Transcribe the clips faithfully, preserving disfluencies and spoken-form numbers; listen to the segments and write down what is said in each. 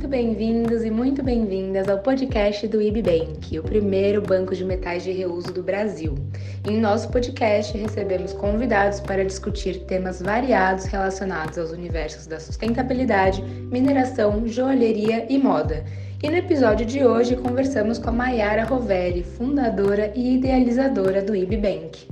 muito bem-vindos e muito bem-vindas ao podcast do IBBank, o primeiro banco de metais de reuso do Brasil. Em nosso podcast, recebemos convidados para discutir temas variados relacionados aos universos da sustentabilidade, mineração, joalheria e moda. E no episódio de hoje, conversamos com a Mayara Roveri, fundadora e idealizadora do IBBank.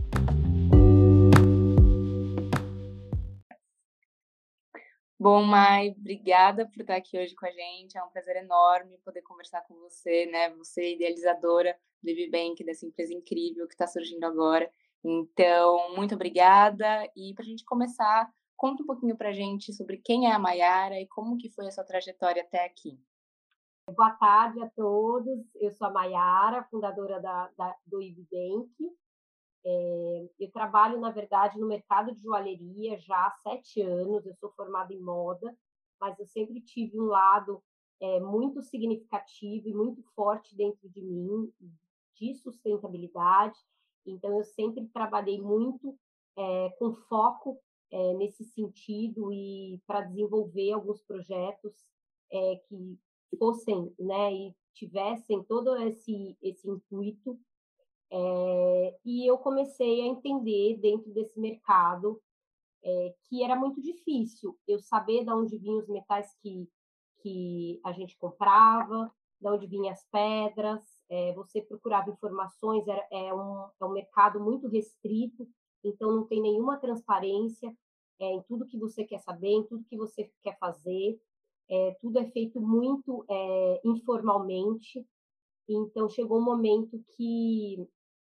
Bom, Mai, obrigada por estar aqui hoje com a gente. É um prazer enorme poder conversar com você, né? Você é idealizadora do IBBank, dessa empresa incrível que está surgindo agora. Então, muito obrigada. E para a gente começar, conta um pouquinho para a gente sobre quem é a Mayara e como que foi a sua trajetória até aqui. Boa tarde a todos. Eu sou a Mayara, fundadora da, da, do IBBank. É, eu trabalho, na verdade, no mercado de joalheria já há sete anos. Eu sou formada em moda, mas eu sempre tive um lado é, muito significativo e muito forte dentro de mim, de sustentabilidade. Então, eu sempre trabalhei muito é, com foco é, nesse sentido e para desenvolver alguns projetos é, que fossem, né, e tivessem todo esse, esse intuito. É, e eu comecei a entender dentro desse mercado é, que era muito difícil eu saber de onde vinham os metais que, que a gente comprava, de onde vinham as pedras. É, você procurava informações, era, é, um, é um mercado muito restrito, então não tem nenhuma transparência é, em tudo que você quer saber, em tudo que você quer fazer. É, tudo é feito muito é, informalmente. Então, chegou um momento que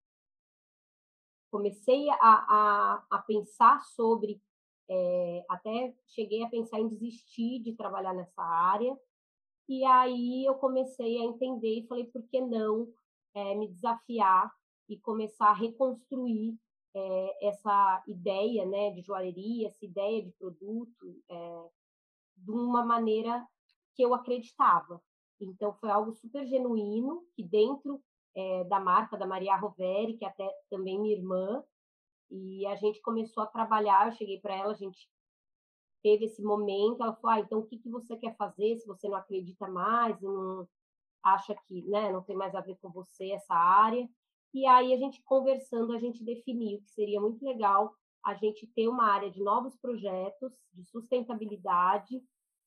comecei a, a, a pensar sobre, é, até cheguei a pensar em desistir de trabalhar nessa área, e aí eu comecei a entender e falei, por que não é, me desafiar e começar a reconstruir é, essa ideia, né, de joalheria, essa ideia de produto, é, de uma maneira que eu acreditava. Então, foi algo super genuíno, que dentro é, da marca da Maria Roveri, que é até também minha irmã, e a gente começou a trabalhar, eu cheguei para ela, a gente teve esse momento, ela falou, ah, então o que, que você quer fazer, se você não acredita mais, não acha que, né, não tem mais a ver com você essa área. E aí a gente conversando, a gente definiu que seria muito legal a gente ter uma área de novos projetos, de sustentabilidade,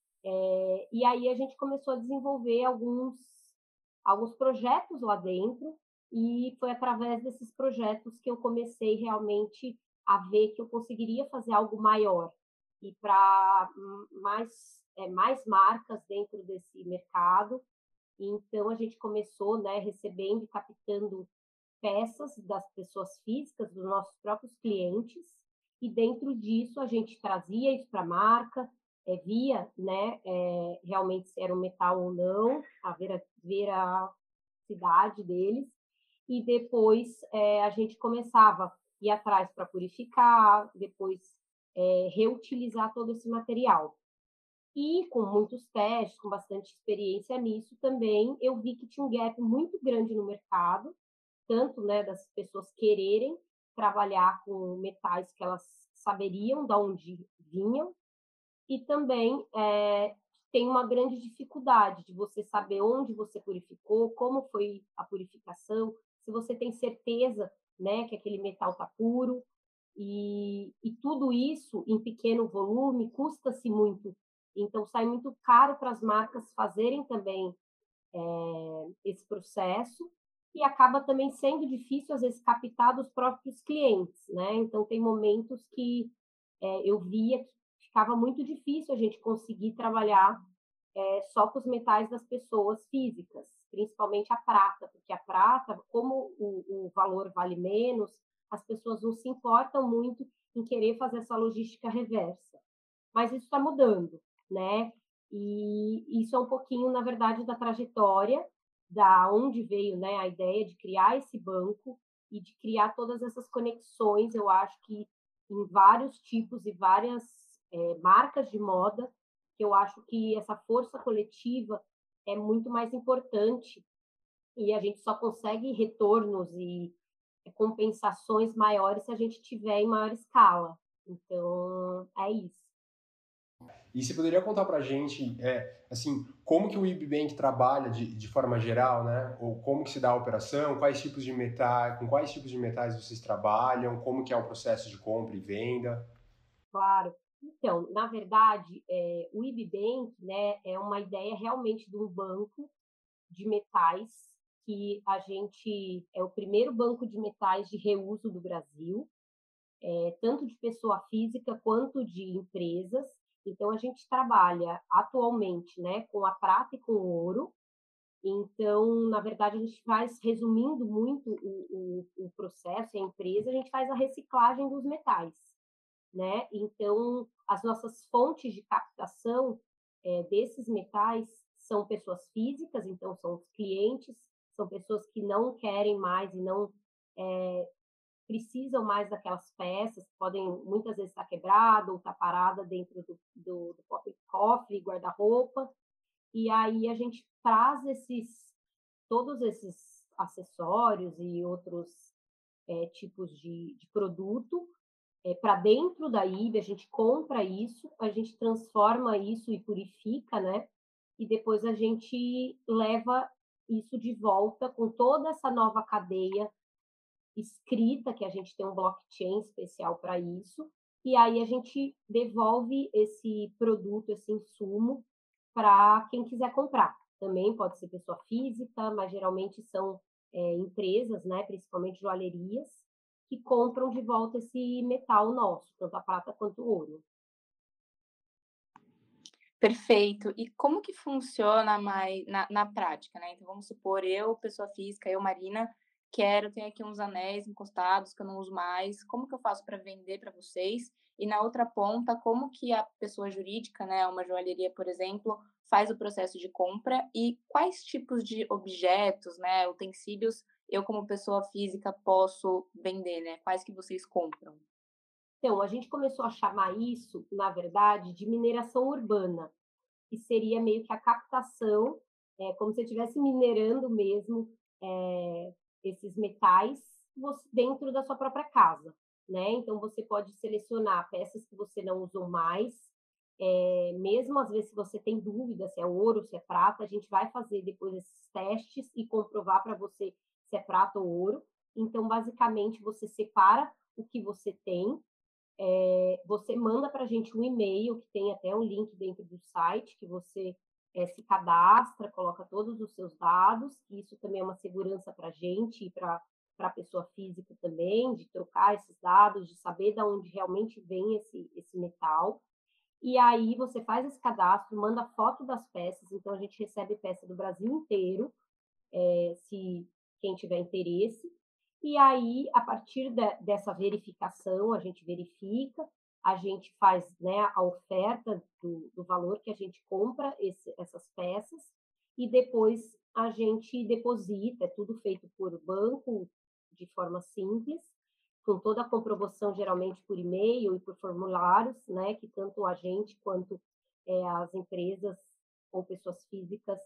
é, e aí a gente começou a desenvolver alguns, alguns projetos lá dentro, e foi através desses projetos que eu comecei realmente a ver que eu conseguiria fazer algo maior e para mais, é, mais marcas dentro desse mercado. Então, a gente começou, né, recebendo e captando peças das pessoas físicas, dos nossos próprios clientes, e dentro disso a gente trazia isso para a marca, é, via, né, é, realmente se era um metal ou não, a vera, veracidade deles, e depois é, a gente começava a ir atrás para purificar, depois é, reutilizar todo esse material. E com muitos testes, com bastante experiência nisso também, eu vi que tinha um gap muito grande no mercado, tanto, né, das pessoas quererem trabalhar com metais que elas saberiam de onde vinham, e também é, tem uma grande dificuldade de você saber onde você purificou, como foi a purificação, se você tem certeza, né, que aquele metal está puro, e, e tudo isso em pequeno volume custa-se muito, então sai muito caro para as marcas fazerem também é, esse processo, e acaba também sendo difícil, às vezes, captar dos próprios clientes, né? Então, tem momentos que é, eu via que ficava muito difícil a gente conseguir trabalhar é, só com os metais das pessoas físicas, principalmente a prata, porque a prata, como o, o valor vale menos, as pessoas não se importam muito em querer fazer essa logística reversa. Mas isso está mudando, né? E isso é um pouquinho, na verdade, da trajetória, da onde veio, né, a ideia de criar esse banco e de criar todas essas conexões. Eu acho que em vários tipos e várias é, marcas de moda, que eu acho que essa força coletiva é muito mais importante, e a gente só consegue retornos e compensações maiores se a gente tiver em maior escala. Então, é isso. E você poderia contar para a gente, é, assim, como que o IBBank trabalha de, de forma geral, né? Ou como que se dá a operação, quais tipos de metais, com quais tipos de metais vocês trabalham, como que é o processo de compra e venda? Claro. Então, na verdade, é, o IBBank, né, é uma ideia realmente de um banco de metais que a gente é o primeiro banco de metais de reuso do Brasil, é, tanto de pessoa física quanto de empresas. Então, a gente trabalha atualmente, né, com a prata e com o ouro. Então, na verdade, a gente faz, resumindo muito o, o, o processo e a empresa, a gente faz a reciclagem dos metais, né? Então, as nossas fontes de captação é, desses metais são pessoas físicas, então são os clientes, são pessoas que não querem mais e não é, precisam mais daquelas peças, podem muitas vezes estar quebrada ou estar parada dentro do, do, do cofre, guarda-roupa, e aí a gente traz esses, todos esses acessórios e outros é, tipos de, de produto é, para dentro da I B, a gente compra isso, a gente transforma isso e purifica, né? E depois a gente leva isso de volta com toda essa nova cadeia escrita, que a gente tem um blockchain especial para isso, e aí a gente devolve esse produto, esse insumo, para quem quiser comprar. Também pode ser pessoa física, mas geralmente são é, empresas, né, principalmente joalherias, que compram de volta esse metal nosso, tanto a prata quanto o ouro. Perfeito. E como que funciona mais na, na prática, né? Então, vamos supor, eu, pessoa física, eu, Marina, quero, tenho aqui uns anéis encostados que eu não uso mais. Como que eu faço para vender para vocês? E na outra ponta, como que a pessoa jurídica, né, uma joalheria, por exemplo, faz o processo de compra e quais tipos de objetos, né, utensílios eu, como pessoa física, posso vender, né? Quais que vocês compram? Então, a gente começou a chamar isso, na verdade, de mineração urbana, que seria meio que a captação, é, como se estivesse minerando mesmo é, esses metais dentro da sua própria casa, né? Então, você pode selecionar peças que você não usou mais, é, mesmo às vezes se você tem dúvida se é ouro, se é prata, a gente vai fazer depois esses testes e comprovar para você se é prata ou ouro. Então, basicamente, você separa o que você tem, é, você manda para a gente um e-mail, que tem até um link dentro do site, que você é, se cadastra, coloca todos os seus dados, que isso também é uma segurança para a gente e para a pessoa física também, de trocar esses dados, de saber de onde realmente vem esse, esse metal. E aí você faz esse cadastro, manda foto das peças, então a gente recebe peça do Brasil inteiro, é, se quem tiver interesse. E aí, a partir de, dessa verificação, a gente verifica, a gente faz, né, a oferta do, do valor que a gente compra esse, essas peças, e depois a gente deposita, é tudo feito por banco, de forma simples, com toda a comprovação, geralmente por e-mail e por formulários, né, que tanto a gente quanto é, as empresas ou pessoas físicas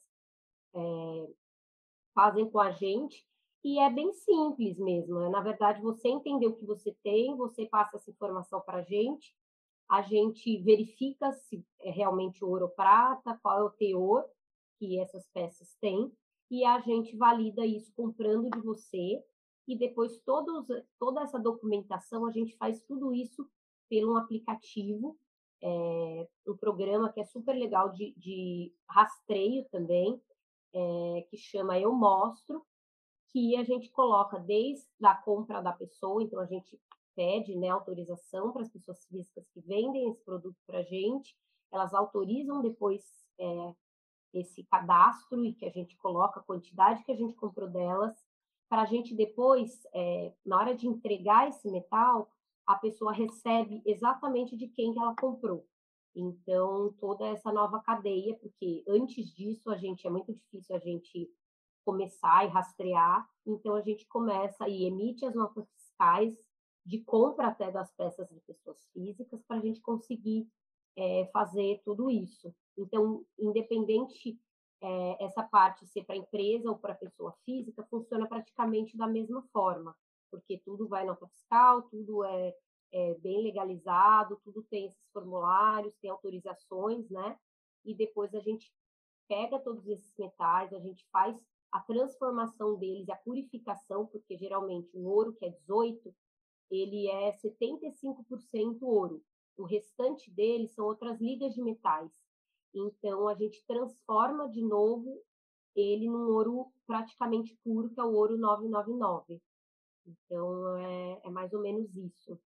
é, fazem com a gente, e é bem simples mesmo. Né? Na verdade, você entender o que você tem, você passa essa informação para a gente, a gente verifica se é realmente ouro ou prata, qual é o teor que essas peças têm, e a gente valida isso comprando de você, e depois todos, toda essa documentação, a gente faz tudo isso pelo um aplicativo, é, um programa que é super legal de, de rastreio também, é, que chama Eu Mostro, que a gente coloca desde a compra da pessoa, então a gente pede, né, autorização para as pessoas físicas que vendem esse produto para a gente, elas autorizam depois é, esse cadastro e que a gente coloca a quantidade que a gente comprou delas, para a gente depois, é, na hora de entregar esse metal, a pessoa recebe exatamente de quem que ela comprou. Então, toda essa nova cadeia, porque antes disso a gente é muito difícil a gente começar e rastrear, então a gente começa e emite as notas fiscais de compra até das peças de pessoas físicas para a gente conseguir é, fazer tudo isso. Então, independente é, essa parte ser para empresa ou para pessoa física, funciona praticamente da mesma forma, porque tudo vai nota fiscal, tudo é é, bem legalizado, tudo tem esses formulários, tem autorizações, né? E depois a gente pega todos esses metais, a gente faz a transformação deles, a purificação, porque geralmente o ouro, que é dezoito, ele é setenta e cinco por cento ouro. O restante dele são outras ligas de metais. Então, a gente transforma de novo ele num ouro praticamente puro, que é o ouro novecentos e noventa e nove. Então, é, é mais ou menos isso.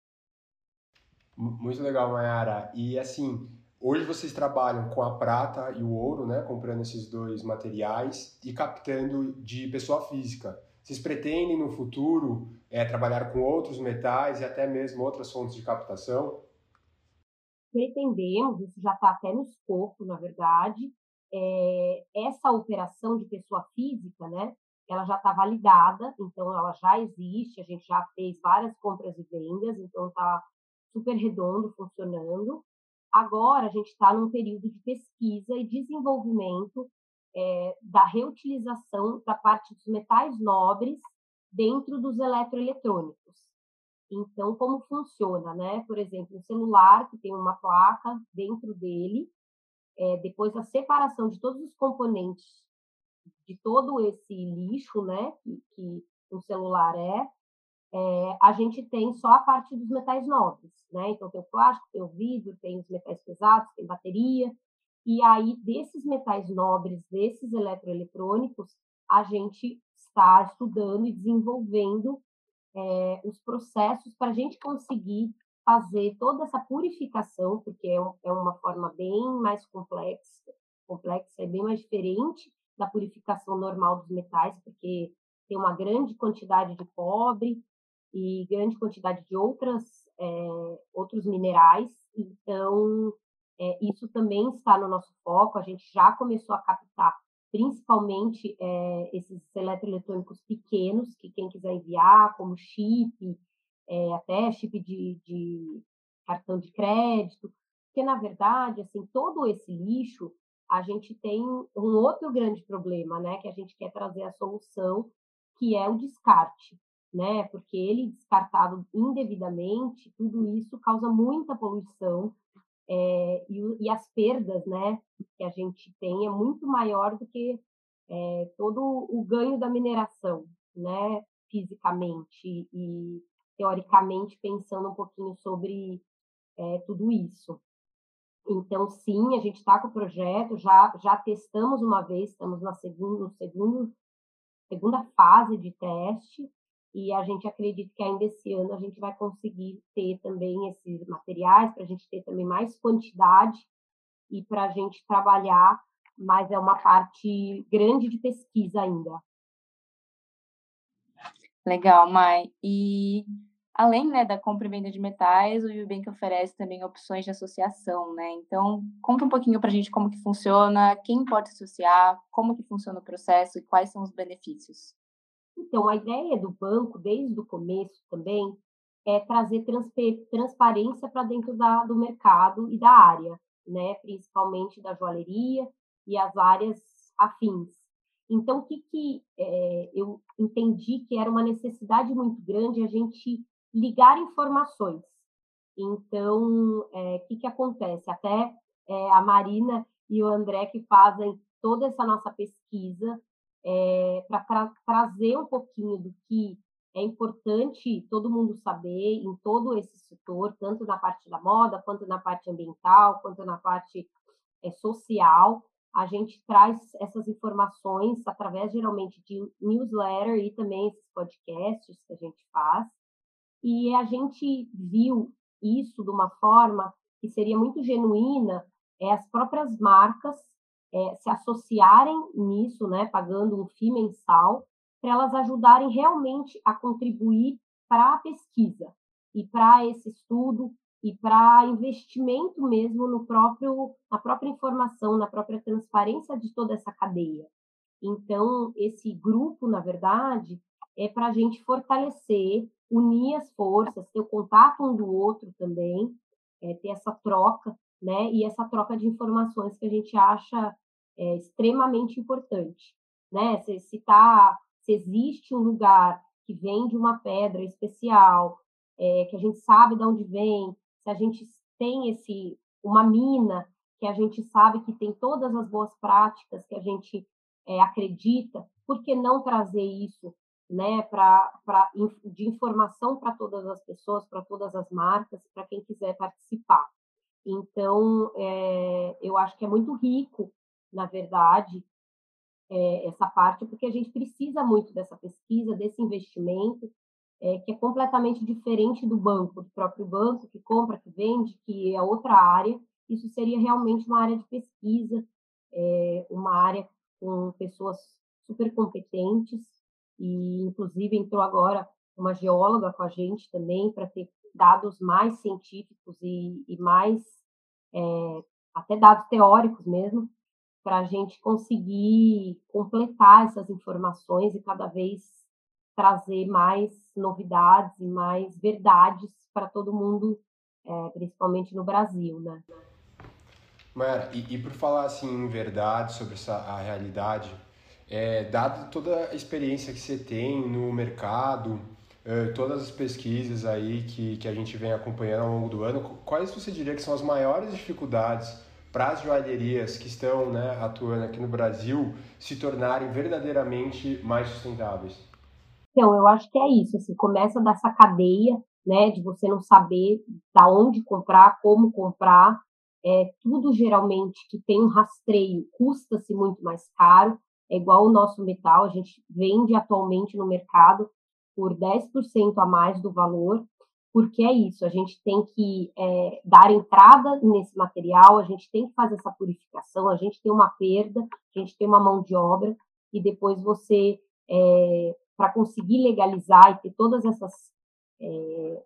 Muito legal, Mayara. E assim, hoje vocês trabalham com a prata e o ouro, né? Comprando esses dois materiais e captando de pessoa física. Vocês pretendem no futuro é, trabalhar com outros metais e até mesmo outras fontes de captação? Pretendemos, isso já está até no escopo, na verdade, é, essa operação de pessoa física, né? Ela já está validada, então ela já existe, a gente já fez várias compras e vendas, então está super redondo, funcionando. Agora a gente está num período de pesquisa e desenvolvimento é, da reutilização da parte dos metais nobres dentro dos eletroeletrônicos. Então, como funciona, né? Por exemplo, um celular que tem uma placa dentro dele, é, depois da separação de todos os componentes de todo esse lixo, né? Que, que um celular é, é, a gente tem só a parte dos metais nobres, né? Então, tem o plástico, tem o vidro, tem os metais pesados, tem bateria. E aí, desses metais nobres, desses eletroeletrônicos, a gente está estudando e desenvolvendo é, os processos para a gente conseguir fazer toda essa purificação, porque é, um, é uma forma bem mais complexa, complexa, é bem mais diferente da purificação normal dos metais, porque tem uma grande quantidade de cobre e grande quantidade de outras, é, outros minerais. Então, é, isso também está no nosso foco. A gente já começou a captar principalmente é, esses eletroeletrônicos pequenos, que quem quiser enviar, como chip, é, até chip de, de cartão de crédito, porque, na verdade, assim, todo esse lixo, a gente tem um outro grande problema, né, que a gente quer trazer a solução, que é o descarte, né, porque ele descartado indevidamente, tudo isso causa muita poluição, é, e, e as perdas, né, que a gente tem é muito maior do que é, todo o ganho da mineração, né, fisicamente e teoricamente pensando um pouquinho sobre é, tudo isso. Então, sim, a gente está com o projeto, já, já testamos uma vez, estamos na segunda, no segundo, segunda fase de teste, e a gente acredita que ainda esse ano a gente vai conseguir ter também esses materiais, para a gente ter também mais quantidade e para a gente trabalhar, mas é uma parte grande de pesquisa ainda. Legal, Mai. E além, né, da compra e venda de metais, o Ubibank oferece também opções de associação, né? Então, conta um pouquinho para a gente como que funciona, quem pode associar, como que funciona o processo e quais são os benefícios. Então, a ideia do banco, desde o começo também, é trazer transparência para dentro da, do mercado e da área, né? Principalmente da joalheria e as áreas afins. Então, o que, que é, eu entendi que era uma necessidade muito grande a gente ligar informações. Então, é, o que, que acontece? Até é, a Marina e o André que fazem toda essa nossa pesquisa é, para tra trazer um pouquinho do que é importante todo mundo saber em todo esse setor, tanto na parte da moda, quanto na parte ambiental, quanto na parte é, social. A gente traz essas informações através, geralmente, de newsletter e também esses podcasts que a gente faz. E a gente viu isso de uma forma que seria muito genuína, é, as próprias marcas é, se associarem nisso, né, pagando um F I I mensal, para elas ajudarem realmente a contribuir para a pesquisa e para esse estudo e para investimento mesmo no próprio, na própria informação, na própria transparência de toda essa cadeia. Então, esse grupo, na verdade, é para a gente fortalecer, unir as forças, ter o contato um do outro também, é, ter essa troca, né? E essa troca de informações que a gente acha é, extremamente importante, né? Se, se, tá, se existe um lugar que vende uma pedra especial é, que a gente sabe de onde vem, se a gente tem esse, uma mina, que a gente sabe que tem todas as boas práticas, que a gente é, acredita, por que não trazer isso, né, pra, pra, de informação para todas as pessoas, para todas as marcas, para quem quiser participar. Então, é, eu acho que é muito rico, na verdade, é, essa parte, porque a gente precisa muito dessa pesquisa, desse investimento, é, que é completamente diferente do banco, do próprio banco, que compra, que vende, que é outra área. Isso seria realmente uma área de pesquisa, é, uma área com pessoas super competentes, e inclusive entrou agora uma geóloga com a gente também, para ter dados mais científicos e, e mais, é, até dados teóricos mesmo, para a gente conseguir completar essas informações e cada vez trazer mais novidades e mais verdades para todo mundo, é, principalmente no Brasil, né? Mara, e, e por falar assim em verdade sobre essa a realidade, é, dado toda a experiência que você tem no mercado, é, todas as pesquisas aí que, que a gente vem acompanhando ao longo do ano, quais você diria que são as maiores dificuldades para as joalherias que estão, né, atuando aqui no Brasil se tornarem verdadeiramente mais sustentáveis? Então, eu acho que é isso, assim, começa dessa cadeia, né, de você não saber da onde comprar, como comprar, é, tudo geralmente que tem um rastreio custa-se muito mais caro, é igual o nosso metal, a gente vende atualmente no mercado por dez por cento a mais do valor, porque é isso, a gente tem que é, dar entrada nesse material, a gente tem que fazer essa purificação, a gente tem uma perda, a gente tem uma mão de obra, e depois você, é, para conseguir legalizar e ter todas essas é,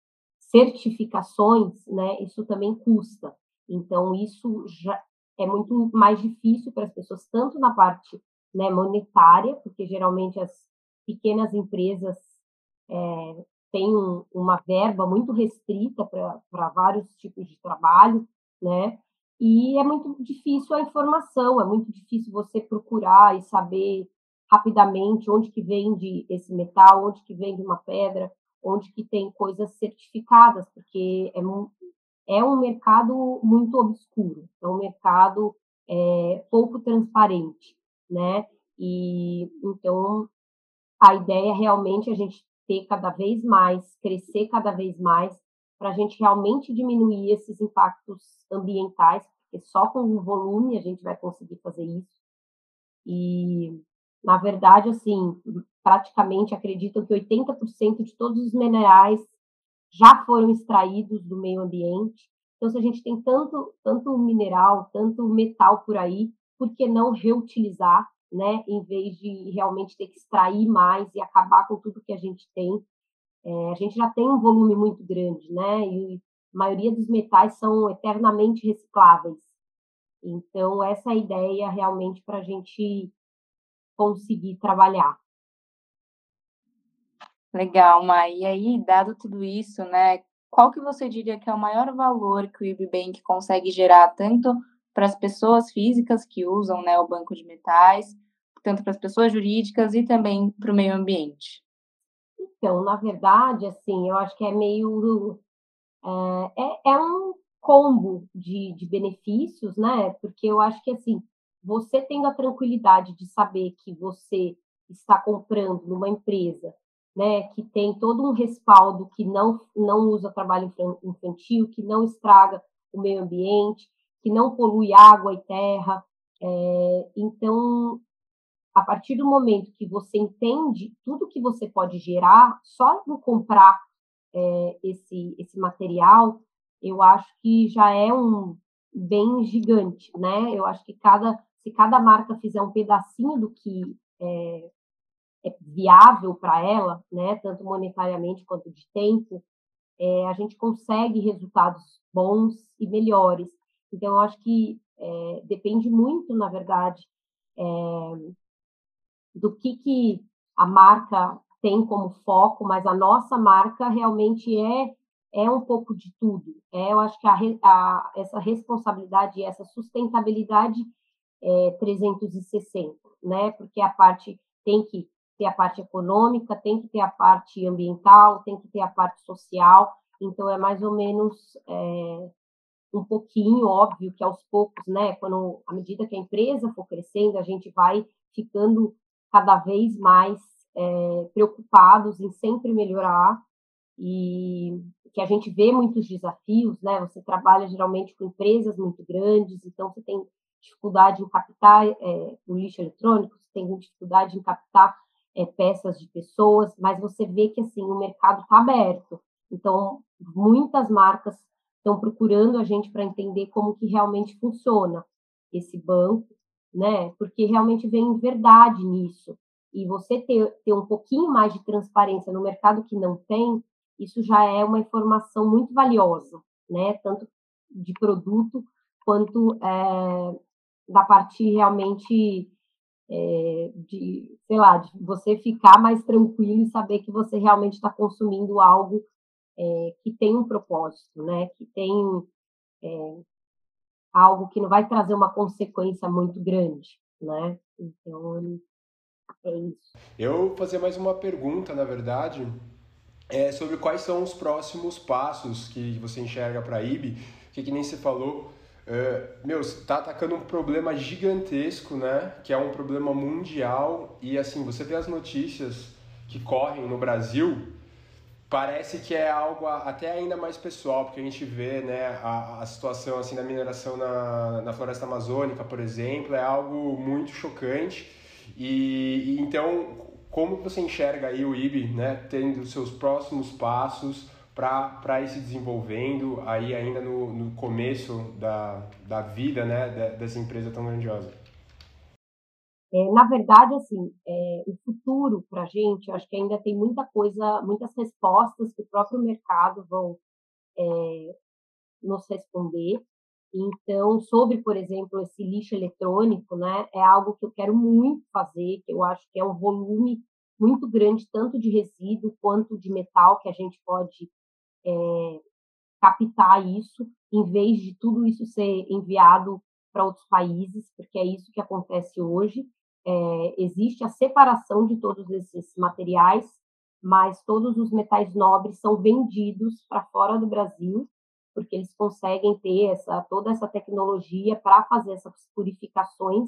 certificações, né, isso também custa. Então, isso já é muito mais difícil para as pessoas, tanto na parte, né, monetária, porque geralmente as pequenas empresas é, têm um, uma verba muito restrita para vários tipos de trabalho, né? E é muito difícil a informação, é muito difícil você procurar e saber rapidamente onde que vende esse metal, onde que vende uma pedra, onde que tem coisas certificadas, porque é um, é um mercado muito obscuro, é um mercado é, pouco transparente, né? E então a ideia é realmente a gente ter cada vez mais, crescer cada vez mais, para a gente realmente diminuir esses impactos ambientais, porque só com o volume a gente vai conseguir fazer isso. E, na verdade, assim, praticamente acreditam que oitenta por cento de todos os minerais já foram extraídos do meio ambiente. Então, se a gente tem tanto, tanto mineral, tanto metal por aí, por que não reutilizar, né? Em vez de realmente ter que extrair mais e acabar com tudo que a gente tem. É, a gente já tem um volume muito grande, né? E a maioria dos metais são eternamente recicláveis. Então, essa é a ideia realmente para a gente conseguir trabalhar. Legal, Mai. E aí, dado tudo isso, né, qual que você diria que é o maior valor que o IBBank consegue gerar tanto para as pessoas físicas que usam, né, o banco de metais, tanto para as pessoas jurídicas e também para o meio ambiente? Então, na verdade, assim, eu acho que é meio é, é um combo de, de benefícios, né? Porque eu acho que assim, você tendo a tranquilidade de saber que você está comprando numa empresa, né, que tem todo um respaldo, que não, não usa trabalho infantil, que não estraga o meio ambiente, que não polui água e terra. É, então, a partir do momento que você entende tudo que você pode gerar, só no comprar é, esse, esse material, eu acho que já é um bem gigante, né? Eu acho que cada, se cada marca fizer um pedacinho do que é, é viável para ela, né, tanto monetariamente quanto de tempo, é, a gente consegue resultados bons e melhores. Então, eu acho que é, depende muito, na verdade, é, do que, que a marca tem como foco, mas a nossa marca realmente é é um pouco de tudo. É, eu acho que a, a, essa responsabilidade e essa sustentabilidade é trezentos e sessenta, né? Porque a parte tem que ter a parte econômica, tem que ter a parte ambiental, tem que ter a parte social. Então, é mais ou menos é, um pouquinho, óbvio, que aos poucos, né, quando, à medida que a empresa for crescendo, a gente vai ficando cada vez mais é, preocupados em sempre melhorar, e que a gente vê muitos desafios, né? Você trabalha geralmente com empresas muito grandes, então você tem dificuldade em captar é, o lixo eletrônico, você tem dificuldade em captar é, peças de pessoas, mas você vê que assim o mercado está aberto. Então, muitas marcas estão procurando a gente para entender como que realmente funciona esse banco, né? Porque realmente vem verdade nisso. E você ter, ter um pouquinho mais de transparência no mercado que não tem, isso já é uma informação muito valiosa, né? Tanto de produto quanto é, da parte realmente é, de, sei lá, de você ficar mais tranquilo e saber que você realmente está consumindo algo é, que tem um propósito, né? Que tem é, algo que não vai trazer uma consequência muito grande, né? Então, é isso. Eu vou fazer mais uma pergunta, na verdade, é sobre quais são os próximos passos que você enxerga para a I B, que, que nem você falou, uh, meu, está atacando um problema gigantesco, né? Que é um problema mundial, e assim, você vê as notícias que correm no Brasil, parece que é algo até ainda mais pessoal, porque a gente vê, né, a, a situação assim da mineração na, na floresta amazônica, por exemplo, é algo muito chocante. E, e então, como você enxerga aí o I B, né, tendo os seus próximos passos para ir se desenvolvendo aí ainda no, no começo da, da vida, né, dessa empresa tão grandiosa? É, na verdade, assim, é, o futuro para a gente, eu acho que ainda tem muita coisa, muitas respostas que o próprio mercado vão é, nos responder. Então, sobre, por exemplo, esse lixo eletrônico, né, é algo que eu quero muito fazer, que eu acho que é um volume muito grande, tanto de resíduo quanto de metal, que a gente pode é, captar isso, em vez de tudo isso ser enviado para outros países, porque é isso que acontece hoje. É, existe a separação de todos esses materiais, mas todos os metais nobres são vendidos para fora do Brasil, porque eles conseguem ter essa, toda essa tecnologia para fazer essas purificações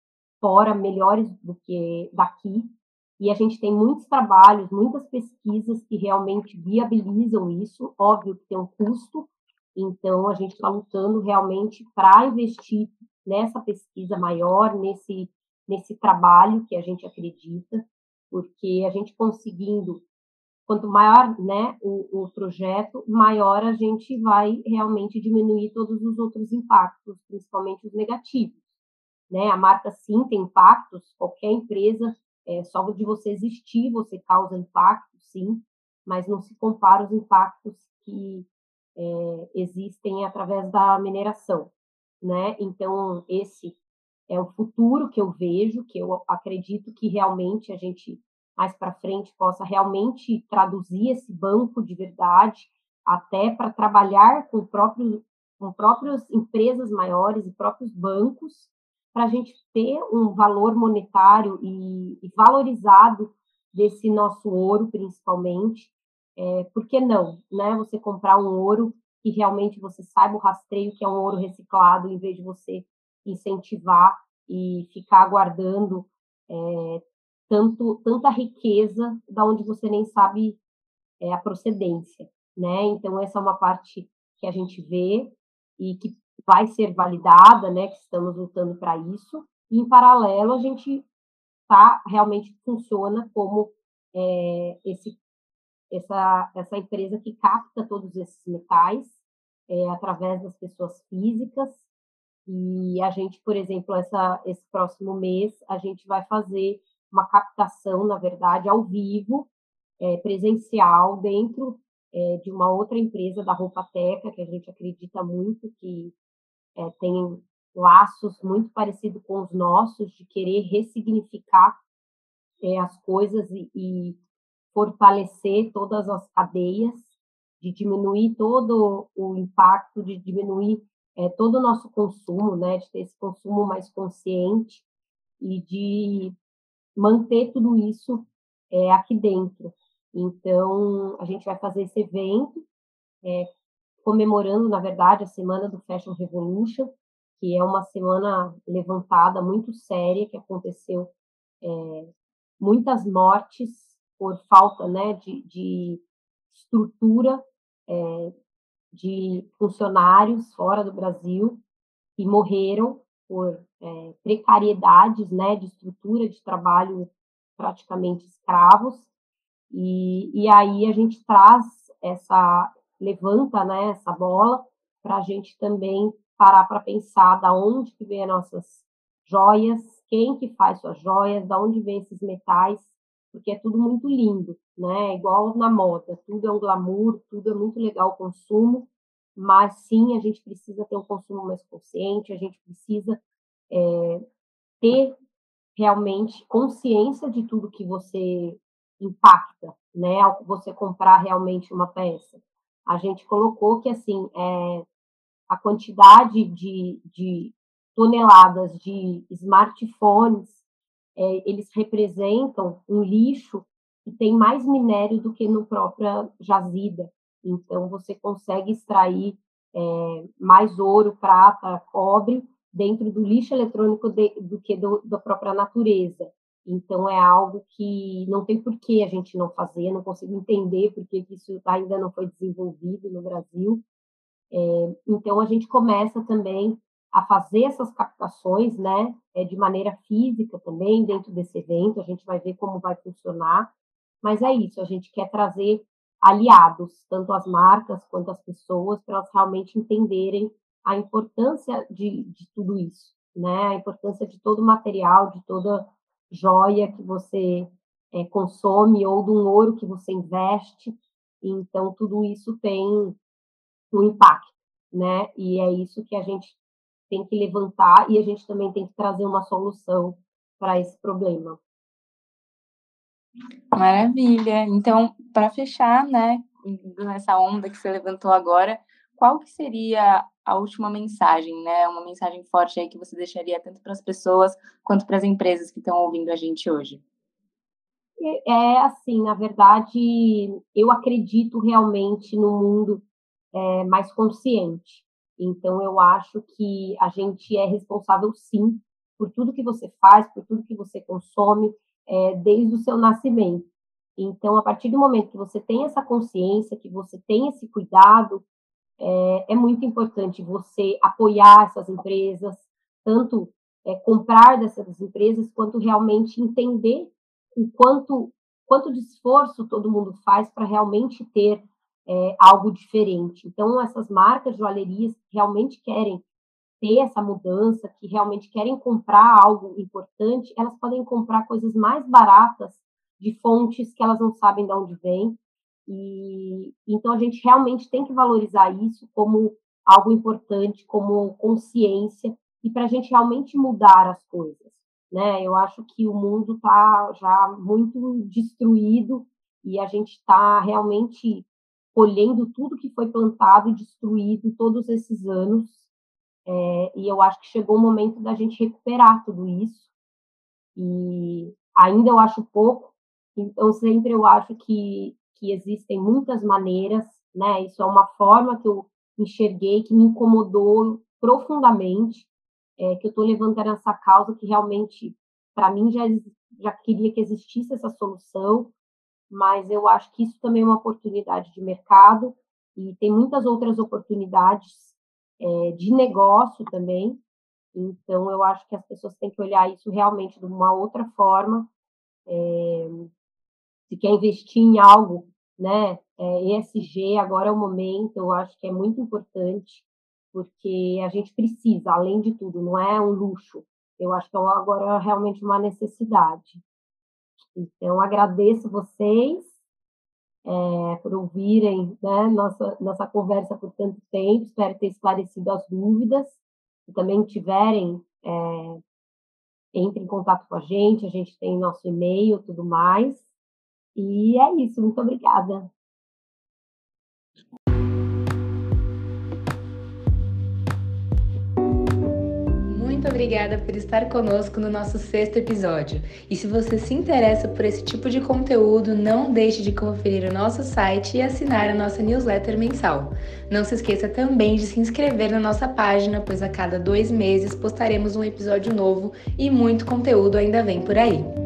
fora melhores do que daqui. E a gente tem muitos trabalhos, muitas pesquisas que realmente viabilizam isso. Óbvio que tem um custo, então a gente está lutando realmente para investir nessa pesquisa maior, nesse, nesse trabalho que a gente acredita, porque a gente conseguindo, quanto maior, né, o, o projeto, maior a gente vai realmente diminuir todos os outros impactos, principalmente os negativos. Né? A marca, sim, tem impactos, qualquer empresa, é, só de você existir, você causa impacto, sim, mas não se compara os impactos que é, existem através da mineração, né? Então, esse é o futuro que eu vejo, que eu acredito que realmente a gente, mais para frente, possa realmente traduzir esse banco de verdade, até para trabalhar com, próprio, com próprias empresas maiores e próprios bancos, para a gente ter um valor monetário e, e valorizado desse nosso ouro, principalmente. É, por que não, né? Você comprar um ouro que realmente você saiba o rastreio que é um ouro reciclado, em vez de você incentivar e ficar guardando é, tanto, tanta riqueza da onde você nem sabe é, a procedência, né? Então, essa é uma parte que a gente vê e que vai ser validada, né? Que estamos lutando para isso. E, em paralelo, a gente tá, realmente funciona como é, esse, essa, essa empresa que capta todos esses metais é, através das pessoas físicas. E a gente, por exemplo, essa, esse próximo mês, a gente vai fazer uma captação, na verdade, ao vivo, é, presencial, dentro é, de uma outra empresa da Roupateca, que a gente acredita muito que é, tem laços muito parecidos com os nossos, de querer ressignificar é, as coisas e, e fortalecer todas as cadeias, de diminuir todo o impacto, de diminuir é, todo o nosso consumo, né, de ter esse consumo mais consciente e de manter tudo isso é, aqui dentro. Então, a gente vai fazer esse evento, é, comemorando, na verdade, a Semana do Fashion Revolution, que é uma semana levantada muito séria, que aconteceu é, muitas mortes por falta, né, de, de estrutura, é, de funcionários fora do Brasil, que morreram por é, precariedades, né, de estrutura de trabalho praticamente escravos, e, e aí a gente traz essa, levanta, né, essa bola para a gente também parar para pensar da onde que vem as nossas joias, quem que faz suas joias, da onde vem esses metais, porque é tudo muito lindo, né, igual na moda, tudo é um glamour, tudo é muito legal o consumo, mas sim, a gente precisa ter um consumo mais consciente, a gente precisa é, ter realmente consciência de tudo que você impacta, né, ao você comprar realmente uma peça. A gente colocou que, assim, é, a quantidade de, de toneladas de smartphones, é, eles representam um lixo que tem mais minério do que no própria jazida. Então, você consegue extrair é, mais ouro, prata, cobre dentro do lixo eletrônico de, do que do, da própria natureza. Então, é algo que não tem por que a gente não fazer, não consigo entender por que isso ainda não foi desenvolvido no Brasil. É, então, a gente começa também a fazer essas captações, né, é, de maneira física também, dentro desse evento, a gente vai ver como vai funcionar, mas é isso, a gente quer trazer aliados, tanto as marcas quanto as pessoas, para elas realmente entenderem a importância de, de tudo isso, né, a importância de todo o material, de toda joia que você é, consome, ou de um ouro que você investe, então tudo isso tem um impacto, né? E é isso que a gente tem que levantar e a gente também tem que trazer uma solução para esse problema. Maravilha. Então, para fechar, né, nessa onda que você levantou agora, qual que seria a última mensagem, né? Uma mensagem forte aí que você deixaria tanto para as pessoas quanto para as empresas que estão ouvindo a gente hoje? É assim, na verdade, eu acredito realmente no mundo é, mais consciente. Então, eu acho que a gente é responsável, sim, por tudo que você faz, por tudo que você consome, é, desde o seu nascimento. Então, a partir do momento que você tem essa consciência, que você tem esse cuidado, é, é muito importante você apoiar essas empresas, tanto é, comprar dessas empresas, quanto realmente entender o quanto, quanto de esforço todo mundo faz para realmente ter é, algo diferente. Então, essas marcas de joalherias que realmente querem ter essa mudança, que realmente querem comprar algo importante, elas podem comprar coisas mais baratas de fontes que elas não sabem de onde vem. E então a gente realmente tem que valorizar isso como algo importante, como consciência, e para a gente realmente mudar as coisas, né? Eu acho que o mundo está já muito destruído e a gente está realmente colhendo tudo que foi plantado e destruído todos esses anos. É, e eu acho que chegou o momento da gente recuperar tudo isso. E ainda eu acho pouco, então sempre eu acho que, que existem muitas maneiras, né? Isso é uma forma que eu enxerguei, que me incomodou profundamente, é, que eu estou levantando essa causa que realmente, para mim, já, já queria que existisse essa solução, mas eu acho que isso também é uma oportunidade de mercado e tem muitas outras oportunidades é, de negócio também. Então, eu acho que as pessoas têm que olhar isso realmente de uma outra forma. É, se quer investir em algo, né, é, E S G, agora é o momento, eu acho que é muito importante, porque a gente precisa, além de tudo, não é um luxo. Eu acho que agora é realmente uma necessidade. Então, agradeço vocês é, por ouvirem, né, nossa, nossa conversa por tanto tempo, espero ter esclarecido as dúvidas. Se também tiverem, é, entre em contato com a gente, a gente tem nosso e-mail, tudo mais. E é isso, muito obrigada. Muito obrigada por estar conosco no nosso sexto episódio. E se você se interessa por esse tipo de conteúdo, não deixe de conferir o nosso site e assinar a nossa newsletter mensal. Não se esqueça também de se inscrever na nossa página, pois a cada dois meses postaremos um episódio novo e muito conteúdo ainda vem por aí.